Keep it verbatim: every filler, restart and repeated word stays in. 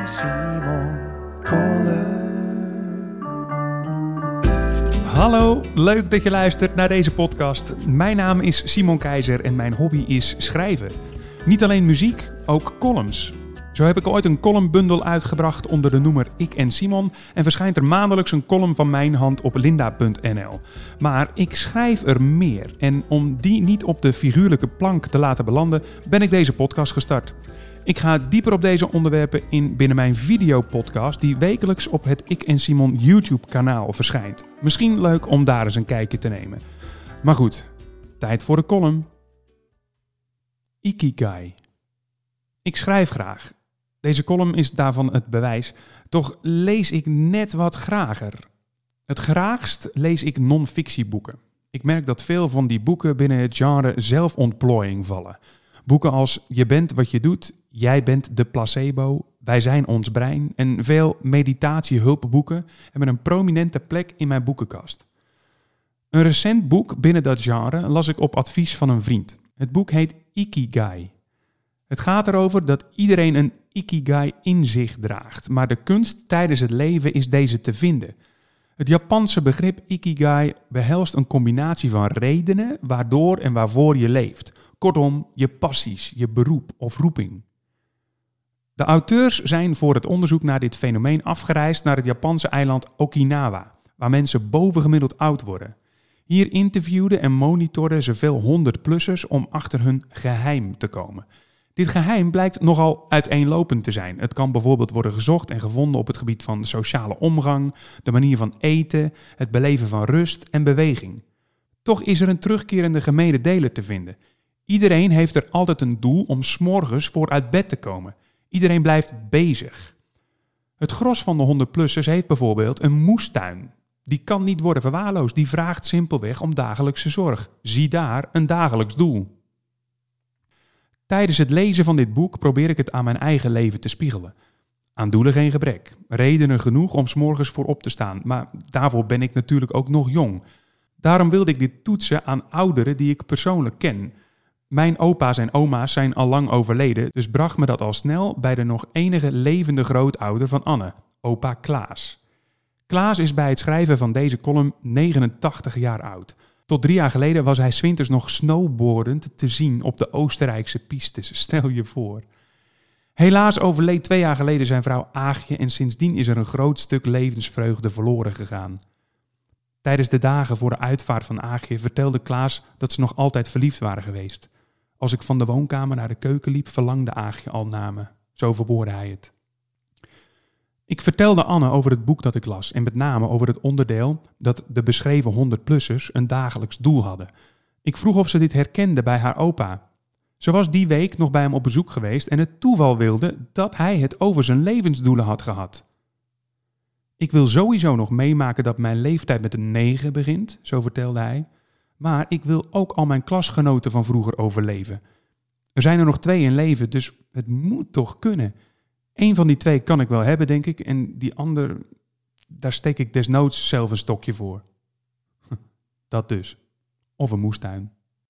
Simon Kolen. Hallo, leuk dat je luistert naar deze podcast. Mijn naam is Simon Keizer en mijn hobby is schrijven. Niet alleen muziek, ook columns. Zo heb ik ooit een columnbundel uitgebracht onder de noemer Ik en Simon en verschijnt er maandelijks een column van mijn hand op lynda punt n l. Maar ik schrijf er meer en om die niet op de figuurlijke plank te laten belanden, ben ik deze podcast gestart. Ik ga dieper op deze onderwerpen in binnen mijn videopodcast die wekelijks op het Ik en Simon YouTube kanaal verschijnt. Misschien leuk om daar eens een kijkje te nemen. Maar goed, tijd voor de column. Ikigai. Ik schrijf graag. Deze column is daarvan het bewijs. Toch lees ik net wat grager. Het graagst lees ik non-fictieboeken. Ik merk dat veel van die boeken binnen het genre zelfontplooiing vallen. Boeken als Je bent wat je doet, Jij bent de placebo, Wij zijn ons brein en veel meditatiehulpboeken hebben een prominente plek in mijn boekenkast. Een recent boek binnen dat genre las ik op advies van een vriend. Het boek heet Ikigai. Het gaat erover dat iedereen een Ikigai in zich draagt, maar de kunst tijdens het leven is deze te vinden. Het Japanse begrip Ikigai behelst een combinatie van redenen waardoor en waarvoor je leeft. Kortom, je passies, je beroep of roeping. De auteurs zijn voor het onderzoek naar dit fenomeen afgereisd naar het Japanse eiland Okinawa, waar mensen bovengemiddeld oud worden. Hier interviewden en monitorden ze veel honderdplussers om achter hun geheim te komen. Dit geheim blijkt nogal uiteenlopend te zijn. Het kan bijvoorbeeld worden gezocht en gevonden op het gebied van sociale omgang, de manier van eten, het beleven van rust en beweging. Toch is er een terugkerende gemene deler te vinden. Iedereen heeft er altijd een doel om 's morgens voor uit bed te komen. Iedereen blijft bezig. Het gros van de honderdplussers heeft bijvoorbeeld een moestuin. Die kan niet worden verwaarloosd. Die vraagt simpelweg om dagelijkse zorg. Zie daar een dagelijks doel. Tijdens het lezen van dit boek probeer ik het aan mijn eigen leven te spiegelen. Aan doelen geen gebrek. Redenen genoeg om 's morgens voor op te staan. Maar daarvoor ben ik natuurlijk ook nog jong. Daarom wilde ik dit toetsen aan ouderen die ik persoonlijk ken. Mijn opa's en oma's zijn al lang overleden, dus bracht me dat al snel bij de nog enige levende grootouder van Anne, opa Klaas. Klaas is bij het schrijven van deze column negenentachtig jaar oud. Tot drie jaar geleden was hij 's winters nog snowboardend te zien op de Oostenrijkse pistes, stel je voor. Helaas overleed twee jaar geleden zijn vrouw Aagje en sindsdien is er een groot stuk levensvreugde verloren gegaan. Tijdens de dagen voor de uitvaart van Aagje vertelde Klaas dat ze nog altijd verliefd waren geweest. Als ik van de woonkamer naar de keuken liep, verlangde Aagje al naar me. Zo verwoordde hij het. Ik vertelde Anne over het boek dat ik las en met name over het onderdeel dat de beschreven honderdplussers een dagelijks doel hadden. Ik vroeg of ze dit herkende bij haar opa. Ze was die week nog bij hem op bezoek geweest en het toeval wilde dat hij het over zijn levensdoelen had gehad. Ik wil sowieso nog meemaken dat mijn leeftijd met een negen begint, zo vertelde hij. Maar ik wil ook al mijn klasgenoten van vroeger overleven. Er zijn er nog twee in leven, dus het moet toch kunnen. Eén van die twee kan ik wel hebben, denk ik. En die ander, daar steek ik desnoods zelf een stokje voor. Dat dus. Of een moestuin.